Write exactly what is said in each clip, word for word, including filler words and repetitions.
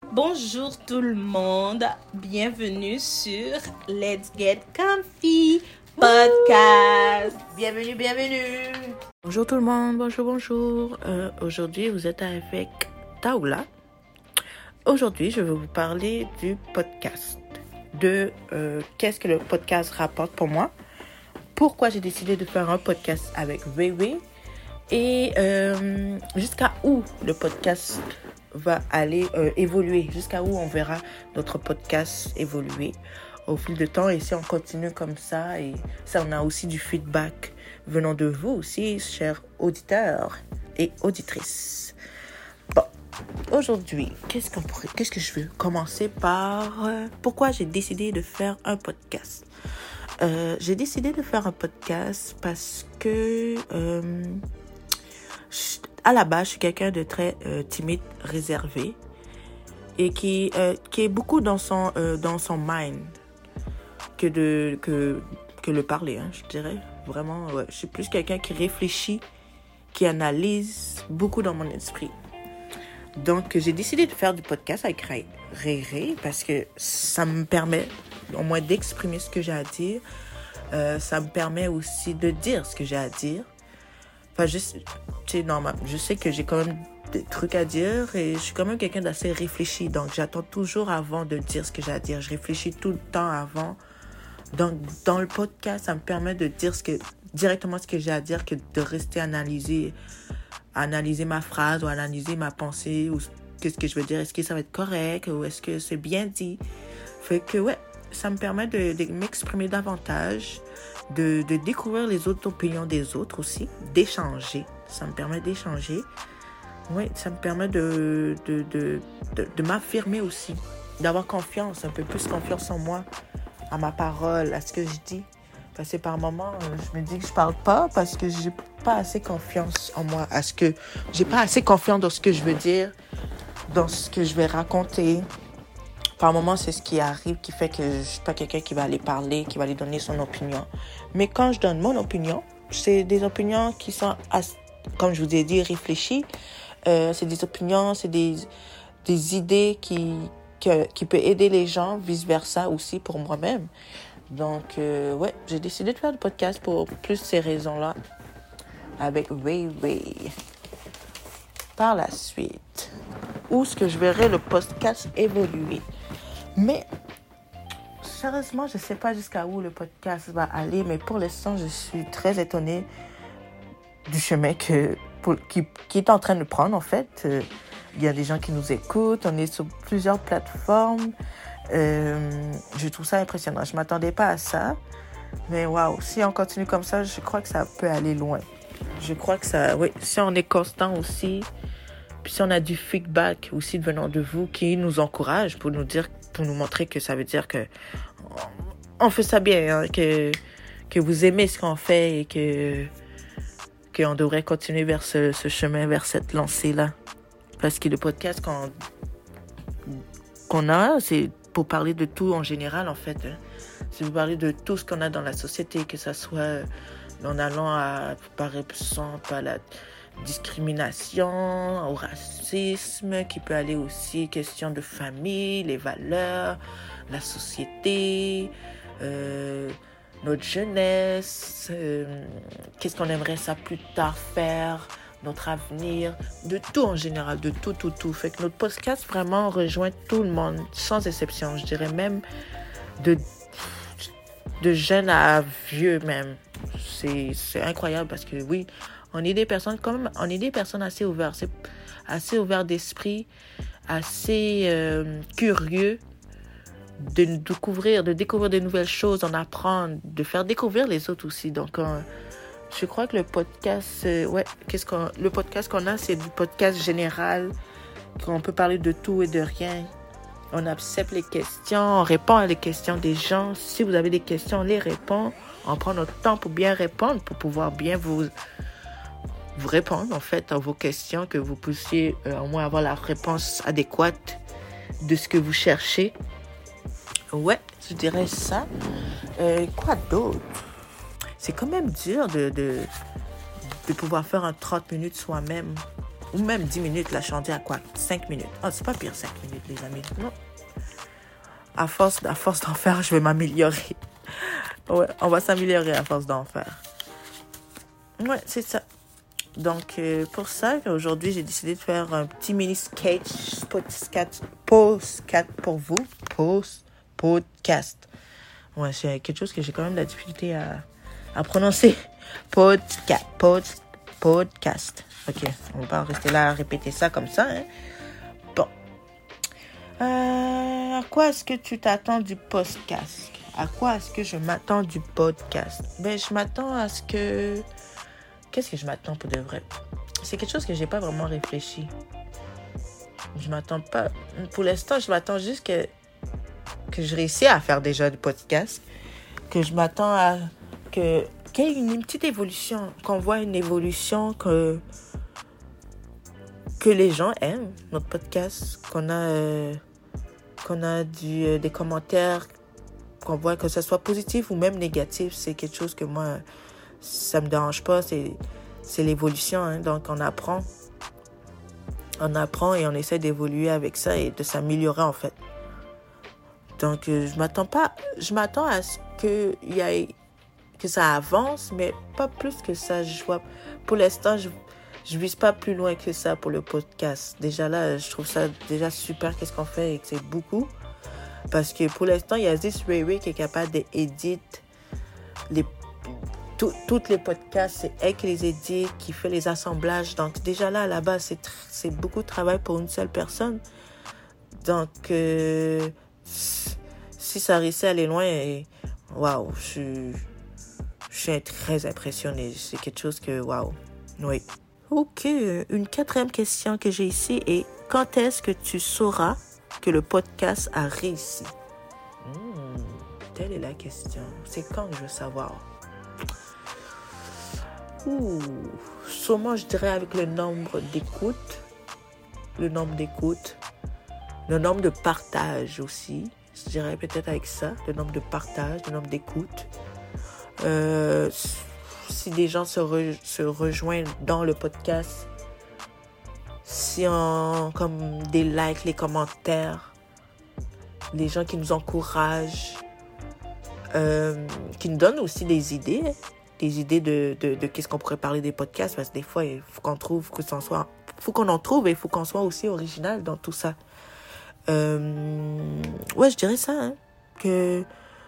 Bonjour tout le monde, bienvenue sur Let's Get Comfy Podcast. Bienvenue, bienvenue. Bonjour tout le monde, bonjour, bonjour. Euh, aujourd'hui, vous êtes avec Taoula. Aujourd'hui, je vais vous parler du podcast, de euh, qu'est-ce que le podcast rapporte pour moi, pourquoi j'ai décidé de faire un podcast avec Weiwei et euh, jusqu'à où le podcast va aller euh, évoluer, jusqu'à où on verra notre podcast évoluer au fil du temps. Et si on continue comme ça, et ça, on a aussi du feedback venant de vous aussi, chers auditeurs et auditrices. Bon, aujourd'hui, qu'est-ce qu'on pourrait, qu'est-ce que je veux commencer par euh, pourquoi j'ai décidé de faire un podcast. Euh, j'ai décidé de faire un podcast parce que euh, je, à la base, je suis quelqu'un de très euh, timide, réservé et qui euh, qui est beaucoup dans son euh, dans son mind que de que que le parler, hein, je dirais vraiment. Ouais, je suis plus quelqu'un qui réfléchit, qui analyse beaucoup dans mon esprit. Donc, j'ai décidé de faire du podcast avec Réré parce que ça me permet au moins d'exprimer ce que j'ai à dire. Euh, ça me permet aussi de dire ce que j'ai à dire. Enfin, je, c'est normal. Je sais que j'ai quand même des trucs à dire et je suis quand même quelqu'un d'assez réfléchi. Donc, j'attends toujours avant de dire ce que j'ai à dire. Je réfléchis tout le temps avant. Donc, dans le podcast, ça me permet de dire ce que, directement ce que j'ai à dire que de rester analyser, analyser ma phrase ou analyser ma pensée ou qu'est-ce que je veux dire. Est-ce que ça va être correct ou est-ce que c'est bien dit? Fait que, ouais, ça me permet de, de m'exprimer davantage, de, de découvrir les autres opinions des autres aussi, d'échanger. Ça me permet d'échanger. Oui, ça me permet de, de, de, de, de m'affirmer aussi, d'avoir confiance, un peu plus confiance en moi, à ma parole, à ce que je dis. Parce que par moments, je me dis que je parle pas parce que j'ai pas assez confiance en moi, à ce que j'ai pas assez confiance dans ce que je veux dire, dans ce que je vais raconter. Par moments, c'est ce qui arrive qui fait que je suis pas quelqu'un qui va aller parler, qui va aller donner son opinion. Mais quand je donne mon opinion, c'est des opinions qui sont, comme je vous ai dit, réfléchies. Euh, c'est des opinions, c'est des, des idées qui, que, qui peuvent aider les gens, vice-versa aussi pour moi-même. Donc, euh, ouais, j'ai décidé de faire le podcast pour plus ces raisons-là avec Weiwei. Par la suite, où est-ce que je verrai le podcast évoluer? Mais, sérieusement, je ne sais pas jusqu'à où le podcast va aller, mais pour l'instant, je suis très étonnée du chemin que, pour, qui, qui est en train de prendre, en fait. Euh, il y a des gens qui nous écoutent, on est sur plusieurs plateformes. Euh, je trouve ça impressionnant. Je ne m'attendais pas à ça. Mais waouh, si on continue comme ça, je crois que ça peut aller loin. Je crois que ça, oui, si on est constant aussi, puis si on a du feedback aussi venant de vous qui nous encourage pour nous dire, pour nous montrer que ça veut dire que on fait ça bien, hein, que, que vous aimez ce qu'on fait et que, qu'on devrait continuer vers ce, ce chemin, vers cette lancée-là. Parce que le podcast qu'on, qu'on a, c'est pour parler de tout en général, en fait. C'est pour parler de tout ce qu'on a dans la société, que ça soit en allant à, par exemple, à la discrimination, au racisme, qui peut aller aussi question de famille, les valeurs, la société, euh, notre jeunesse, euh, qu'est-ce qu'on aimerait ça plus tard faire, notre avenir, de tout en général, de tout, tout, tout. Fait que notre podcast vraiment rejoint tout le monde, sans exception. Je dirais même de, de jeunes à vieux même. C'est, c'est incroyable parce que oui, on est des personnes comme on est des personnes assez ouvertes, assez, assez ouvertes d'esprit, assez euh, curieux de découvrir, de découvrir de nouvelles choses, d'en apprendre, de faire découvrir les autres aussi. Donc, on, je crois que le podcast, euh, ouais, qu'est-ce qu'on, le podcast qu'on a, c'est du podcast général, qu'on peut parler de tout et de rien. On accepte les questions, on répond à les questions des gens. Si vous avez des questions, on les répond. On prend notre temps pour bien répondre, pour pouvoir bien vous, vous répondre, en fait, à vos questions, que vous puissiez euh, au moins avoir la réponse adéquate de ce que vous cherchez. Ouais, je dirais ça. Euh, quoi d'autre? C'est quand même dur de, de, de pouvoir faire un trente minutes soi-même. ou même dix minutes, là, je suis rendue à quoi? cinq minutes. Ah, oh, c'est pas pire, cinq minutes, les amis. Non. À force, à force d'en faire, je vais m'améliorer. Ouais, on va s'améliorer à force d'en faire. Ouais, c'est ça. Donc, euh, pour ça, aujourd'hui, j'ai décidé de faire un petit mini sketch podcast, podcast pour vous. Post, podcast. Ouais, c'est quelque chose que j'ai quand même de la difficulté à, à prononcer. Podcast, pod, podcast. Ok, on va pas rester là à répéter ça comme ça. Hein. Bon. Euh, à quoi est-ce que tu t'attends du podcast? À quoi est-ce que je m'attends du podcast? Ben, je m'attends à ce que... Qu'est-ce que je m'attends pour de vrai? C'est quelque chose que j'ai pas vraiment réfléchi. Je m'attends pas... Pour l'instant, je m'attends juste que... que je réussis à faire déjà du podcast. Que je m'attends à... que qu'il y ait une, une petite évolution. Qu'on voit une évolution, que... que les gens aiment notre podcast. Qu'on a... Euh... qu'on a du, euh, des commentaires... qu'on voit que ce soit positif ou même négatif. C'est quelque chose que moi... ça me dérange pas, c'est, c'est l'évolution, hein, donc on apprend. On apprend et on essaie d'évoluer avec ça et de s'améliorer en fait. Donc euh, je m'attends pas, je m'attends à ce que il y ait, que ça avance, mais pas plus que ça. Je vois, pour l'instant, je je vise pas plus loin que ça pour le podcast. Déjà là, je trouve ça déjà super qu'est-ce qu'on fait et que c'est beaucoup, parce que pour l'instant il y a This Ray Ray qui est capable d'éditer les Tout, toutes les podcasts, c'est elle qui les édite, qui fait les assemblages. Donc, déjà là, à la base, c'est, tr- c'est beaucoup de travail pour une seule personne. Donc, euh, si ça réussit à aller loin, waouh, je, je suis très impressionnée. C'est quelque chose que, waouh, oui. Ok, une quatrième question que j'ai ici est, quand est-ce que tu sauras que le podcast a réussi? Hmm, telle est la question. C'est quand que je veux savoir? Ouh, sûrement je dirais avec le nombre d'écoutes, le nombre d'écoutes, le nombre de partages aussi, je dirais peut-être avec ça, le nombre de partages, le nombre d'écoutes. Euh, si des gens se, re, se rejoignent dans le podcast, si on, comme des likes, les commentaires, les gens qui nous encouragent, euh, qui nous donnent aussi des idées, des idées de, de, de qu'est-ce qu'on pourrait parler des podcasts, parce que des fois, il faut qu'on trouve, que ça soit, faut qu'on en trouve et il faut qu'on soit aussi original dans tout ça. Euh, ouais, je dirais ça, hein, que,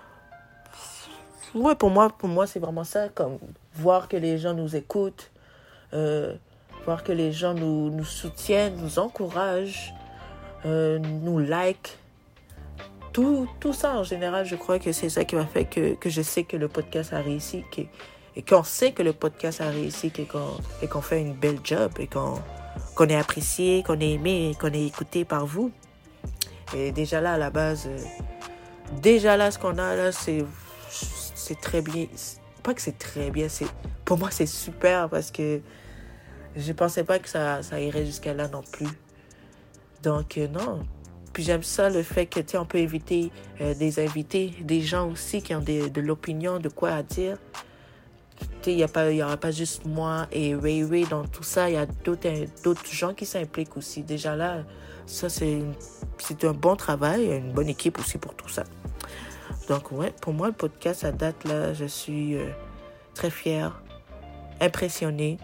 ouais, pour moi, pour moi, c'est vraiment ça, comme voir que les gens nous écoutent, euh, voir que les gens nous, nous soutiennent, nous encouragent, euh, nous like. Tout, tout ça, en général, je crois que c'est ça qui m'a fait que, que je sais que le podcast a réussi, que, et qu'on sait que le podcast a réussi, et qu'on, et qu'on fait une belle job, et qu'on, qu'on est apprécié, qu'on est aimé, et qu'on est écouté par vous. Et déjà là, à la base, euh, déjà là, ce qu'on a là, c'est, c'est très bien. Pas que c'est très bien, c'est, pour moi, c'est super, parce que je pensais pas que ça, ça irait jusqu'à là non plus. Donc, euh, non. Puis j'aime ça, le fait que, tu sais, on peut inviter euh, des invités, des gens aussi qui ont des, de l'opinion, de quoi à dire. Tu sais, il n'y a pas, il y aura pas juste moi et Ray Ray dans tout ça. Il y a d'autres, d'autres gens qui s'impliquent aussi. Déjà là, ça, c'est, une, c'est un bon travail, une bonne équipe aussi pour tout ça. Donc, ouais, pour moi, le podcast, à date, là, je suis euh, très fière, impressionnée.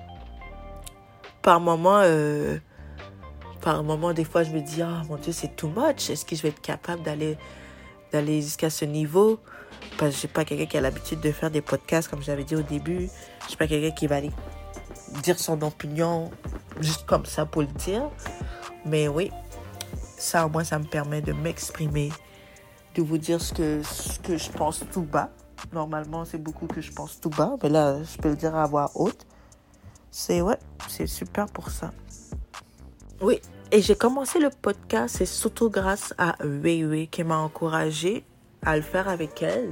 Par moments... Euh, Par moment, des fois, je me dis, oh mon Dieu, c'est too much. Est-ce que je vais être capable d'aller, d'aller jusqu'à ce niveau? Parce que je suis pas quelqu'un qui a l'habitude de faire des podcasts, comme j'avais dit au début. Je suis pas quelqu'un qui va aller dire son opinion juste comme ça pour le dire. Mais oui, ça, au moins, ça me permet de m'exprimer, de vous dire ce que, ce que je pense tout bas. Normalement, c'est beaucoup que je pense tout bas. Mais là, je peux le dire à voix haute. C'est, ouais, c'est super pour ça. Oui, et j'ai commencé le podcast, c'est surtout grâce à Ray Ray qui m'a encouragée à le faire avec elle.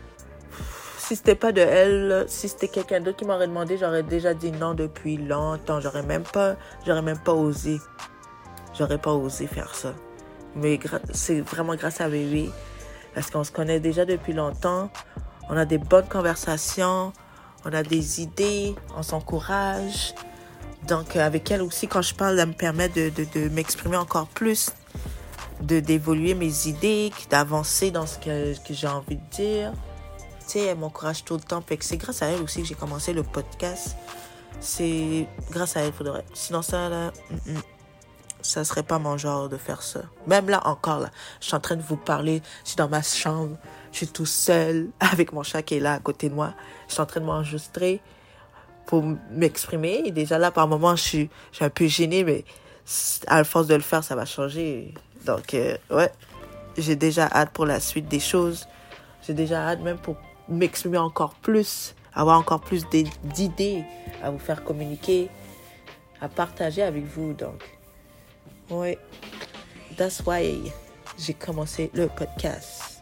Si c'était pas de elle, si c'était quelqu'un d'autre qui m'aurait demandé, j'aurais déjà dit non depuis longtemps. J'aurais même pas, j'aurais même pas osé. J'aurais pas osé faire ça. Mais gra- c'est vraiment grâce à Ray Ray, parce qu'on se connaît déjà depuis longtemps. On a des bonnes conversations, on a des idées, on s'encourage. Donc, euh, avec elle aussi, quand je parle, elle me permet de, de, de m'exprimer encore plus, de d'évoluer mes idées, d'avancer dans ce que, que j'ai envie de dire. Tu sais, elle m'encourage tout le temps. Fait que c'est grâce à elle aussi que j'ai commencé le podcast. C'est grâce à elle, faudrait. Sinon, ça, là, mm, mm, ça serait pas mon genre de faire ça. Même là, encore, là, je suis en train de vous parler. Je suis dans ma chambre. Je suis tout seul avec mon chat qui est là à côté de moi. Je suis en train de m'enregistrer pour m'exprimer. Et déjà là, par moments, je suis, je suis un peu gênée, mais à force de le faire, ça va changer. Donc, euh, ouais, j'ai déjà hâte pour la suite des choses. J'ai déjà hâte même pour m'exprimer encore plus, avoir encore plus d'idées à vous faire communiquer, à partager avec vous. Donc, ouais, that's why j'ai commencé le podcast.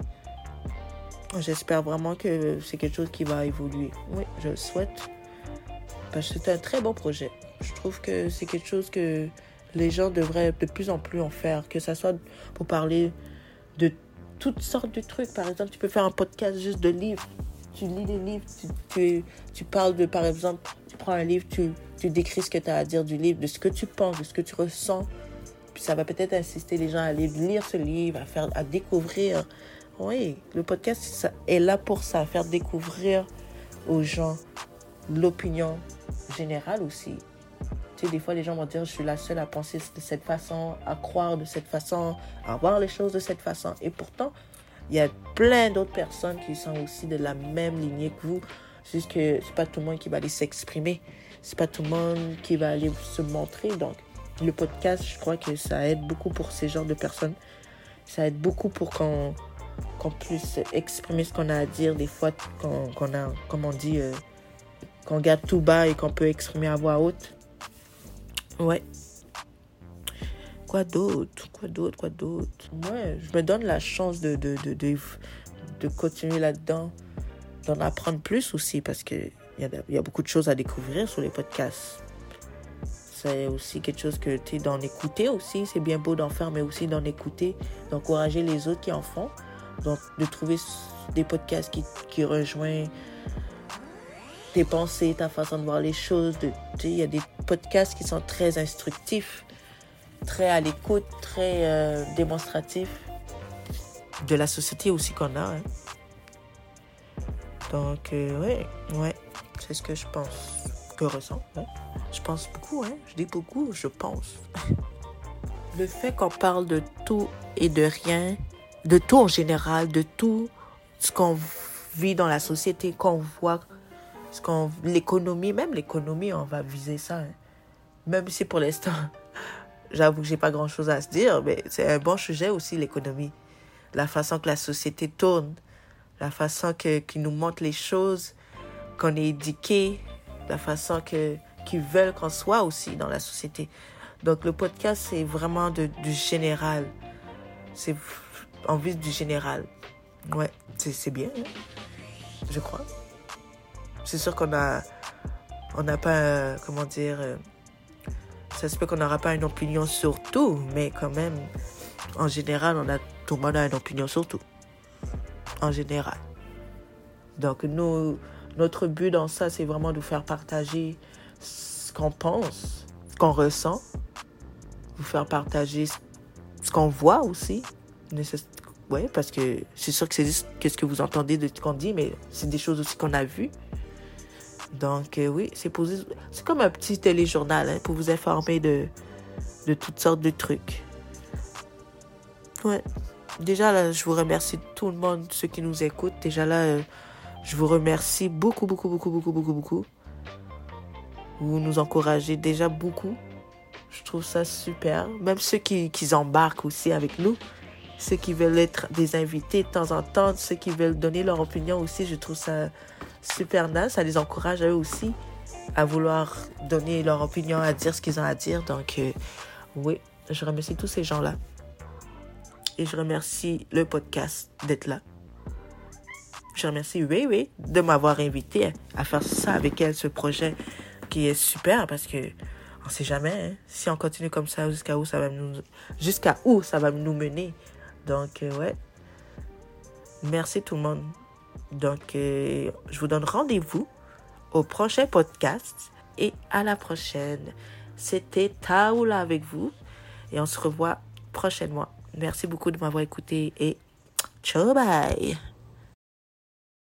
J'espère vraiment que c'est quelque chose qui va évoluer. Oui, je le souhaite. Parce que c'est un très bon projet. Je trouve que c'est quelque chose que les gens devraient de plus en plus en faire. Que ça soit pour parler de toutes sortes de trucs. Par exemple, tu peux faire un podcast juste de livres. Tu lis des livres, tu, tu, tu parles de, par exemple, tu prends un livre, tu, tu décris ce que tu as à dire du livre, de ce que tu penses, de ce que tu ressens. Puis ça va peut-être insister les gens à aller lire ce livre, à, faire, à découvrir. Oui, le podcast ça, est là pour ça, faire découvrir aux gens l'opinion générale aussi. Tu sais, des fois, les gens vont dire, je suis la seule à penser de cette façon, à croire de cette façon, à voir les choses de cette façon. Et pourtant, il y a plein d'autres personnes qui sont aussi de la même lignée que vous. C'est juste que c'est pas tout le monde qui va aller s'exprimer. C'est pas tout le monde qui va aller se montrer. Donc, le podcast, je crois que ça aide beaucoup pour ces genres de personnes. Ça aide beaucoup pour qu'on, qu'on puisse exprimer ce qu'on a à dire. Des fois, qu'on, qu'on a, comme on dit, euh, qu'on garde tout bas et qu'on peut exprimer à voix haute. Ouais. Quoi d'autre? Quoi d'autre? Quoi d'autre? Ouais, je me donne la chance de, de, de, de, de continuer là-dedans, d'en apprendre plus aussi, parce qu'il y a, y a beaucoup de choses à découvrir sur les podcasts. C'est aussi quelque chose que tu es d'en écouter aussi. C'est bien beau d'en faire, mais aussi d'en écouter, d'encourager les autres qui en font. Donc, de trouver des podcasts qui, qui rejoignent tes pensées, ta façon de voir les choses. De, il y a des podcasts qui sont très instructifs, très à l'écoute, très euh, démonstratifs de la société aussi qu'on a. Hein. Donc, euh, ouais, ouais, c'est ce que je pense, que ressens. Ouais. Je pense beaucoup, hein. Je dis beaucoup, je pense. Le fait qu'on parle de tout et de rien, de tout en général, de tout ce qu'on vit dans la société, qu'on voit, ce qu'on, l'économie, même l'économie, on va viser ça. Hein. Même si pour l'instant, j'avoue que j'ai pas grand-chose à se dire, mais c'est un bon sujet aussi, l'économie. La façon que la société tourne, la façon que, qu'ils nous montrent les choses, qu'on est éduqué, la façon que, qu'ils veulent qu'on soit aussi dans la société. Donc, le podcast, c'est vraiment de, du général. C'est en vue du général. Ouais, c'est, c'est bien, hein? Je crois. C'est sûr qu'on a, on n'a pas, euh, comment dire, euh, ça se peut qu'on n'aura pas une opinion sur tout, mais quand même, en général, on a, tout le monde a une opinion sur tout. En général. Donc, nous, notre but dans ça, c'est vraiment de vous faire partager ce qu'on pense, ce qu'on ressent, vous faire partager ce qu'on voit aussi. Oui, parce que c'est sûr que c'est juste ce que vous entendez de ce qu'on dit, mais c'est des choses aussi qu'on a vues. Donc, euh, oui, c'est, posé, c'est comme un petit téléjournal hein, pour vous informer de, de toutes sortes de trucs. Ouais. Déjà, là, je vous remercie tout le monde, ceux qui nous écoutent. Déjà, là, euh, je vous remercie beaucoup, beaucoup, beaucoup, beaucoup, beaucoup, beaucoup. Vous nous encouragez déjà beaucoup. Je trouve ça super. Même ceux qui, qui embarquent aussi avec nous. Ceux qui veulent être des invités de temps en temps. Ceux qui veulent donner leur opinion aussi. Je trouve ça super nice. Ça les encourage à eux aussi à vouloir donner leur opinion, à dire ce qu'ils ont à dire. Donc, euh, oui, je remercie tous ces gens-là. Et je remercie le podcast d'être là. Je remercie Ray Ray de m'avoir invité à faire ça avec elle, ce projet qui est super parce que on sait jamais hein, si on continue comme ça jusqu'à où ça va nous jusqu'à où ça va nous mener. Donc euh, ouais. Merci tout le monde. Donc euh, je vous donne rendez-vous au prochain podcast et à la prochaine. C'était Taoula avec vous et on se revoit prochainement. Merci beaucoup de m'avoir écouté et ciao bye.